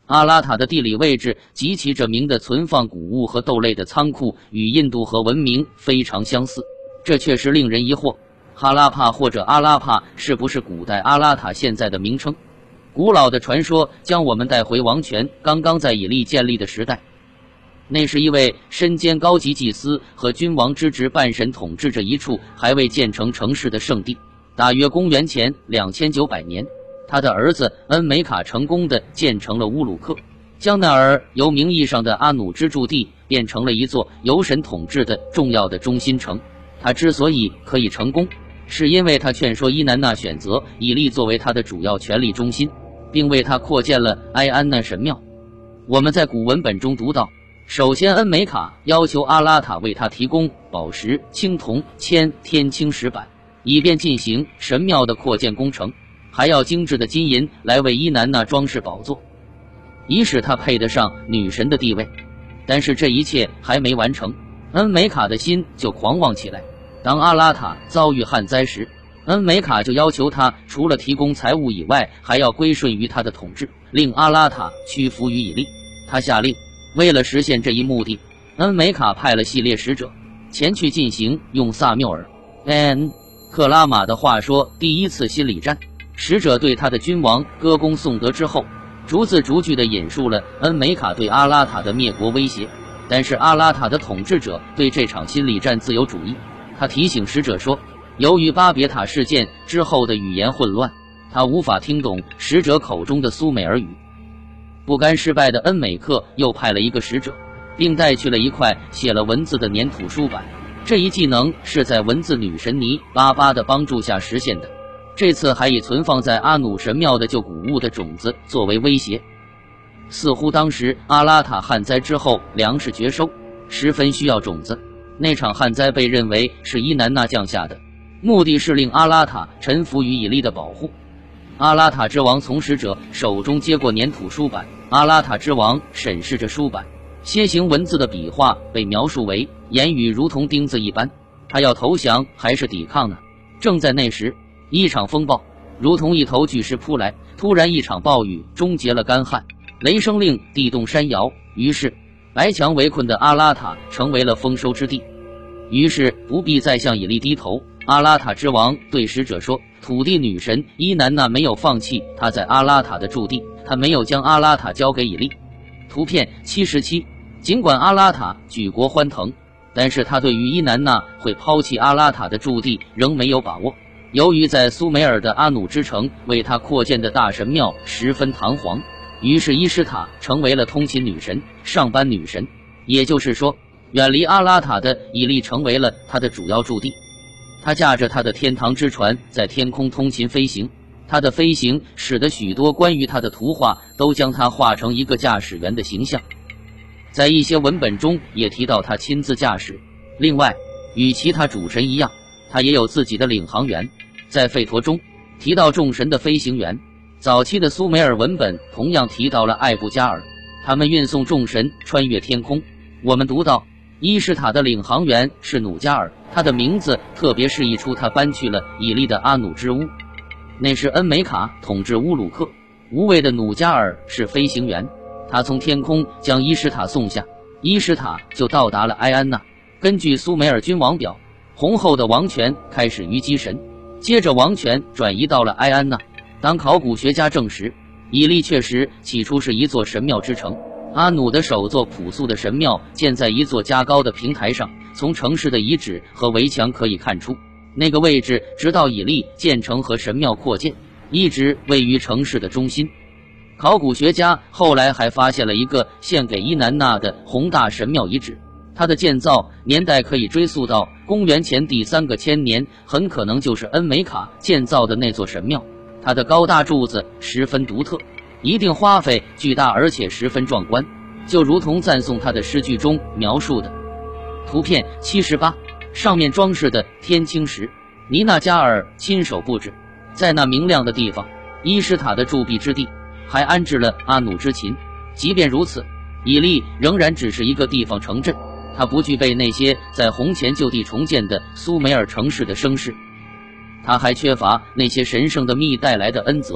阿拉塔的地理位置及其着名的存放谷物和豆类的仓库与印度河文明非常相似，这确实令人疑惑。哈拉帕或者阿拉帕是不是古代阿拉塔现在的名称？古老的传说将我们带回王权刚刚在以利建立的时代，那是一位身兼高级祭司和君王之职半神统治着一处还未建成城市的圣地。大约公元前2900年，他的儿子恩梅卡成功地建成了乌鲁克，将那儿由名义上的阿努之驻地变成了一座由神统治的重要的中心城。他之所以可以成功，是因为他劝说伊南娜选择以利作为他的主要权力中心，并为他扩建了埃安那神庙。我们在古文本中读到，首先恩梅卡要求阿拉塔为他提供宝石、青铜、铅、天青石板，以便进行神庙的扩建工程，还要精致的金银来为伊南娜装饰宝座，以使她配得上女神的地位。但是这一切还没完成，恩梅卡的心就狂妄起来。当阿拉塔遭遇旱灾时，恩梅卡就要求他除了提供财物以外，还要归顺于他的统治，令阿拉塔屈服于以利。他下令，为了实现这一目的，恩梅卡派了系列使者前去进行用萨缪尔·克拉玛的话说第一次心理战。使者对他的君王歌功颂德之后，逐字逐句地引述了恩梅卡对阿拉塔的灭国威胁。但是阿拉塔的统治者对这场心理战自有主意。他提醒使者说，由于巴别塔事件之后的语言混乱，他无法听懂使者口中的苏美尔语。不甘失败的恩美克又派了一个使者，并带去了一块写了文字的粘土书板。这一技能是在文字女神尼巴巴的帮助下实现的。这次还以存放在阿努神庙的旧谷物的种子作为威胁。似乎当时阿拉塔旱灾之后粮食绝收，十分需要种子。那场旱灾被认为是伊南娜降下的，目的是令阿拉塔臣服于以利的保护。阿拉塔之王从使者手中接过粘土书板，阿拉塔之王审视着书板，楔形文字的笔画被描述为言语如同钉子一般。他要投降还是抵抗呢？正在那时，一场风暴如同一头巨石扑来，突然一场暴雨终结了干旱，雷声令地动山摇，于是白墙围困的阿拉塔成为了丰收之地。于是不必再向以利低头。阿拉塔之王对使者说，土地女神伊南娜没有放弃她在阿拉塔的驻地，她没有将阿拉塔交给以利。图片77。尽管阿拉塔举国欢腾，但是他对于伊南娜会抛弃阿拉塔的驻地仍没有把握。由于在苏美尔的阿努之城为他扩建的大神庙十分堂皇，于是伊什塔成为了通勤女神、上班女神，也就是说，远离阿拉塔的以利成为了他的主要驻地。他驾着他的天堂之船在天空通勤飞行，他的飞行使得许多关于他的图画都将他画成一个驾驶员的形象。在一些文本中也提到他亲自驾驶。另外，与其他主神一样，他也有自己的领航员。在吠陀中提到众神的飞行员。早期的苏美尔文本同样提到了艾布加尔，他们运送众神穿越天空。我们读到伊什塔的领航员是努加尔，他的名字特别示意出他搬去了以利的阿努之屋。那是恩梅卡统治乌鲁克，无畏的努加尔是飞行员，他从天空将伊什塔送下，伊什塔就到达了埃安娜。根据苏美尔君王表，洪后的王权开始于基神，接着王权转移到了埃安娜。当考古学家证实以利确实起初是一座神庙之城，阿努的首座朴素的神庙建在一座加高的平台上，从城市的遗址和围墙可以看出，那个位置直到以利建成和神庙扩建，一直位于城市的中心。考古学家后来还发现了一个献给伊南娜的宏大神庙遗址，它的建造年代可以追溯到公元前第3个千年，很可能就是恩梅卡建造的那座神庙。它的高大柱子十分独特，一定花费巨大，而且十分壮观，就如同赞颂它的诗句中描述的。图片78，上面装饰的天青石，尼纳加尔亲手布置。在那明亮的地方，伊什塔的驻地之地，还安置了阿努之琴。即便如此，以利仍然只是一个地方城镇，它不具备那些在红前就地重建的苏美尔城市的声势，它还缺乏那些神圣的密带来的恩泽。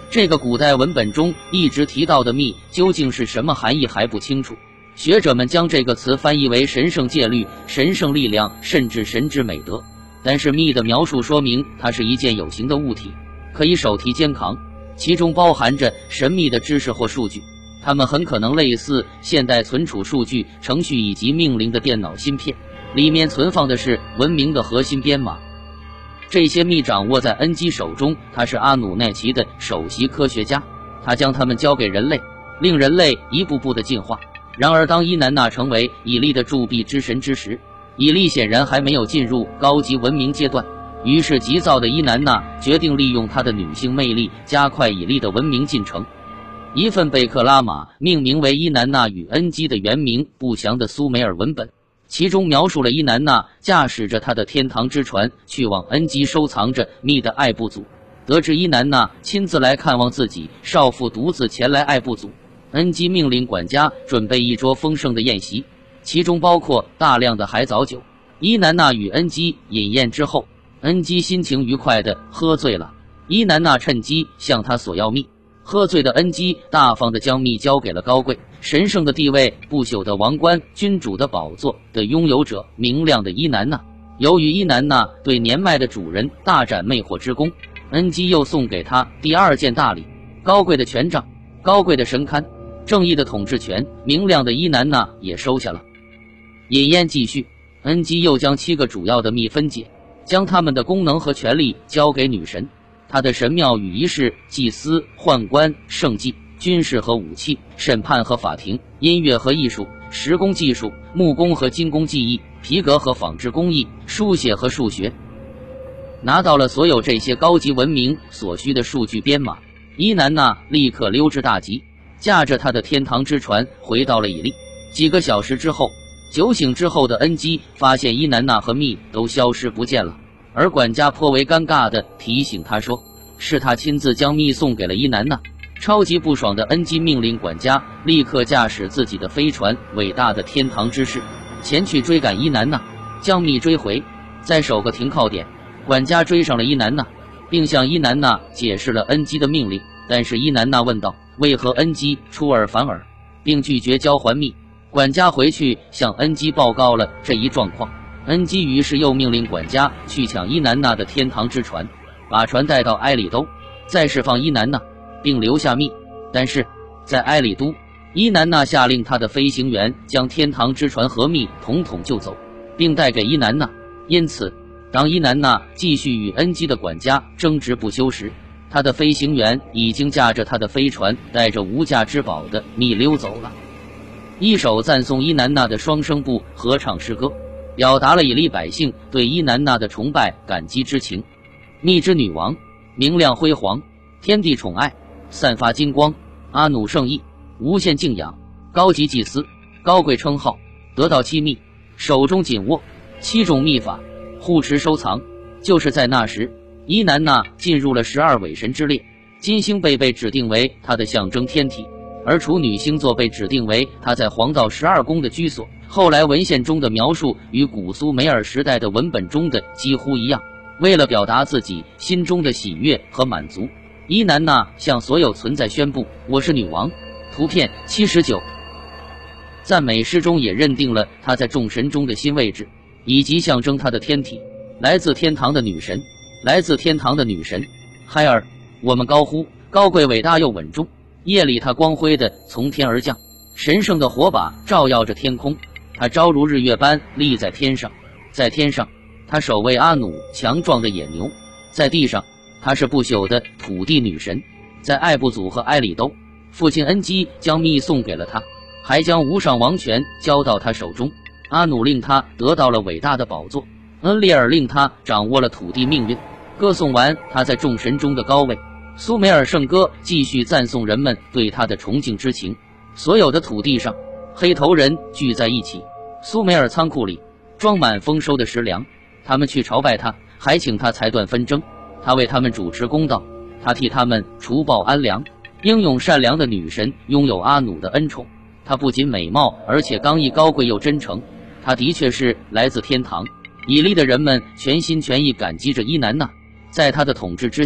这个古代文本中一直提到的密究竟是什么含义还不清楚，学者们将这个词翻译为神圣戒律、神圣力量，甚至神之美德。但是密的描述说明它是一件有形的物体，可以手提肩扛，其中包含着神秘的知识或数据，它们很可能类似现代存储数据、程序以及命令的电脑芯片，里面存放的是文明的核心编码。这些密掌握在恩基手中，他是阿努奈奇的首席科学家，他将它们交给人类，令人类一步步的进化。然而当伊南娜成为以利的铸币之神之时，以利显然还没有进入高级文明阶段，于是急躁的伊南娜决定利用她的女性魅力加快以利的文明进程。一份贝克拉玛命名为伊南娜与恩基的原名不详的苏美尔文本，其中描述了伊南娜驾驶着她的天堂之船去往恩基收藏着密的爱部族。得知伊南娜亲自来看望自己，少妇独自前来爱部族，恩基命令管家准备一桌丰盛的宴席，其中包括大量的海藻酒。伊南娜与恩基饮宴之后，恩基心情愉快地喝醉了，伊南娜趁机向他索要蜜。喝醉的恩基大方地将蜜交给了高贵、神圣的地位、不朽的王冠、君主的宝座的拥有者明亮的伊南娜。由于伊南娜对年迈的主人大展魅惑之功，恩基又送给他第二件大礼：高贵的权杖、高贵的神龛、正义的统治权。明亮的伊南娜也收下了。饮宴继续，恩基又将7个主要的密分解，将他们的功能和权力交给女神。他的神庙与仪式、祭司、宦官、圣祭、军事和武器、审判和法庭、音乐和艺术、石工技术、木工和金工技艺、皮革和纺织工艺、书写和数学。拿到了所有这些高级文明所需的数据编码，伊南娜立刻溜之大吉，驾着他的天堂之船回到了以利。几个小时之后，酒醒之后的恩基发现伊南娜和密都消失不见了，而管家颇为尴尬地提醒他说，是他亲自将蜜送给了伊南娜。超级不爽的恩基命令管家立刻驾驶自己的飞船伟大的天堂之士前去追赶伊南娜，将蜜追回。在首个停靠点，管家追上了伊南娜，并向伊南娜解释了恩基的命令。但是伊南娜问道，为何恩基出尔反尔，并拒绝交还蜜。管家回去向恩基报告了这一状况，恩基于是又命令管家去抢伊南娜的天堂之船，把船带到埃里都，再释放伊南娜，并留下蜜。但是在埃里都，伊南娜下令他的飞行员将天堂之船和蜜统统救走，并带给伊南娜。因此当伊南娜继续与恩基的管家争执不休时，他的飞行员已经驾着他的飞船带着无价之宝的蜜溜走了。一首赞颂伊南娜的双声部合唱诗歌，表达了以利百姓对伊南娜的崇拜感激之情。蜜之女王，明亮辉煌，天地宠爱，散发金光，阿努圣意，无限敬仰，高级祭司，高贵称号，得到7蜜，手中紧握7种秘法，护持收藏。就是在那时，伊南娜进入了12伪神之列，金星被指定为她的象征天体，而处女星座被指定为她在黄道12宫的居所。后来文献中的描述与古苏美尔时代的文本中的几乎一样。为了表达自己心中的喜悦和满足，伊南娜向所有存在宣布，我是女王。图片79。赞美诗中也认定了她在众神中的新位置，以及象征她的天体，来自天堂的女神，来自天堂的女神海尔。我们高呼，高贵伟大又稳重。夜里她光辉地从天而降，神圣的火把照耀着天空，她朝如日月般立在天上。在天上，她守卫阿努强壮的野牛；在地上，她是不朽的土地女神。在艾布祖和埃里都，父亲恩基将蜜送给了她，还将无上王权交到她手中。阿努令她得到了伟大的宝座，恩利尔令她掌握了土地命运。歌颂完她在众神中的高位，苏美尔圣歌继续赞颂人们对她的崇敬之情。所有的土地上，黑头人聚在一起，苏美尔仓库里装满丰收的食粮，他们去朝拜他，还请他裁断纷争，他为他们主持公道，他替他们除暴安良。英勇善良的女神拥有阿努的恩宠，她不仅美貌，而且刚毅高贵又真诚。她的确是来自天堂。以利的人们全心全意感激着伊南娜，在她的统治之下，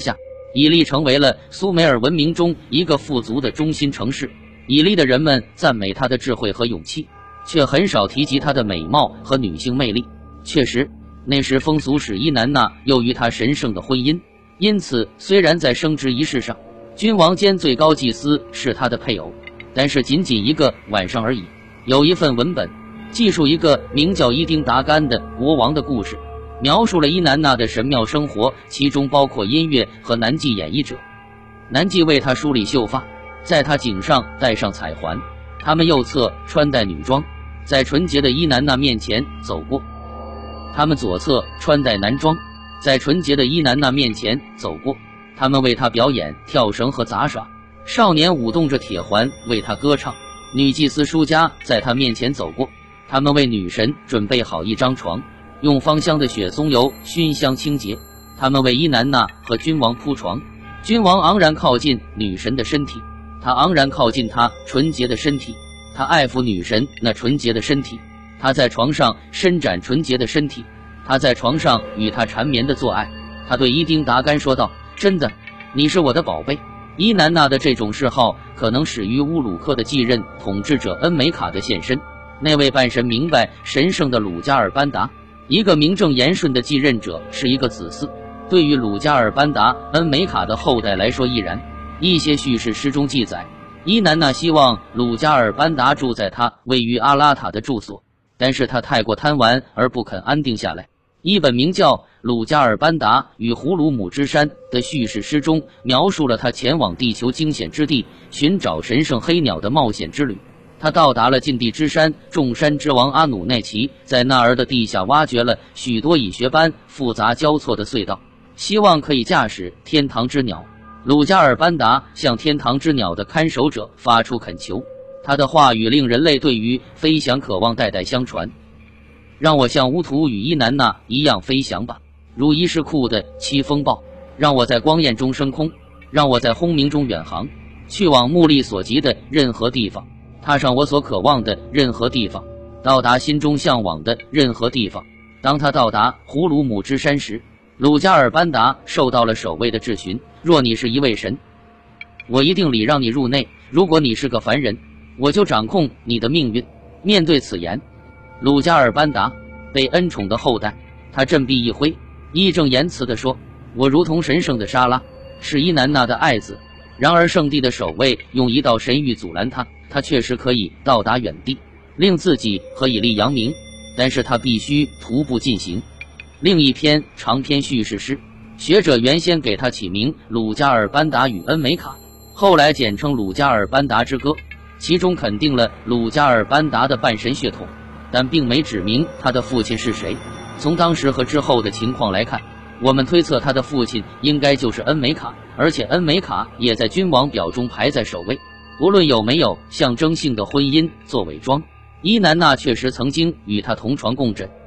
以利成为了苏美尔文明中一个富足的中心城市。以利的人们赞美他的智慧和勇气，却很少提及他的美貌和女性魅力。确实，那时风俗使伊南娜囿于他神圣的婚姻，因此虽然在升职仪式上，君王兼最高祭司是他的配偶，但是仅仅一个晚上而已。有一份文本记述一个名叫伊丁达干的国王的故事，描述了伊南娜的神庙生活，其中包括音乐和男妓演绎者。男妓为她梳理秀发，在她颈上戴上彩环，他们右侧穿戴女装，在纯洁的伊南娜面前走过；他们左侧穿戴男装，在纯洁的伊南娜面前走过。他们为她表演跳绳和杂耍，少年舞动着铁环为她歌唱，女祭司舒家在她面前走过。他们为女神准备好一张床，用芳香的雪松油熏香清洁。他们为伊南娜和君王铺床，君王昂然靠近女神的身体，他昂然靠近她纯洁的身体，他爱抚女神那纯洁的身体，他在床上伸展纯洁的身体，他在床上与她缠绵的做爱。他对伊丁达干说道：真的，你是我的宝贝。伊南娜的这种嗜好可能始于乌鲁克的继任统治者恩梅卡的现身。那位半神明白神圣的鲁加尔班达，一个名正言顺的继任者，是一个子嗣。对于鲁加尔班达恩梅卡的后代来说亦然。一些叙事诗中记载，伊南娜希望鲁加尔班达住在他位于阿拉塔的住所，但是他太过贪玩而不肯安定下来。一本名叫《鲁加尔班达与胡鲁姆之山》的叙事诗中描述了他前往地球惊险之地寻找神圣黑鸟的冒险之旅。他到达了禁地之山，众山之王阿努奈奇在那儿的地下挖掘了许多蚁穴般复杂交错的隧道，希望可以驾驶天堂之鸟。鲁加尔班达向天堂之鸟的看守者发出恳求，他的话语令人类对于飞翔渴望代代相传。让我像乌图与伊南娜一样飞翔吧，如伊什库的七风暴，让我在光焰中升空，让我在轰鸣中远航，去往目力所及的任何地方，踏上我所渴望的任何地方，到达心中向往的任何地方。当他到达胡鲁姆之山时，鲁加尔班达受到了守卫的质询：若你是一位神，我一定礼让你入内；如果你是个凡人，我就掌控你的命运。面对此言，鲁加尔班达被恩宠的后代，他振臂一挥，义正言辞地说：我如同神圣的莎拉，是伊南娜的爱子。然而圣地的守卫用一道神谕阻拦他，他确实可以到达远地，令自己和以利扬名，但是他必须徒步进行。另一篇长篇叙事诗，学者原先给他起名《鲁加尔班达与恩梅卡》，后来简称《鲁加尔班达之歌》，其中肯定了鲁加尔班达的半神血统，但并没指明他的父亲是谁。从当时和之后的情况来看，我们推测他的父亲应该就是恩梅卡，而且恩梅卡也在君王表中排在首位。无论有没有象征性的婚姻做伪装，伊南娜确实曾经与他同床共枕。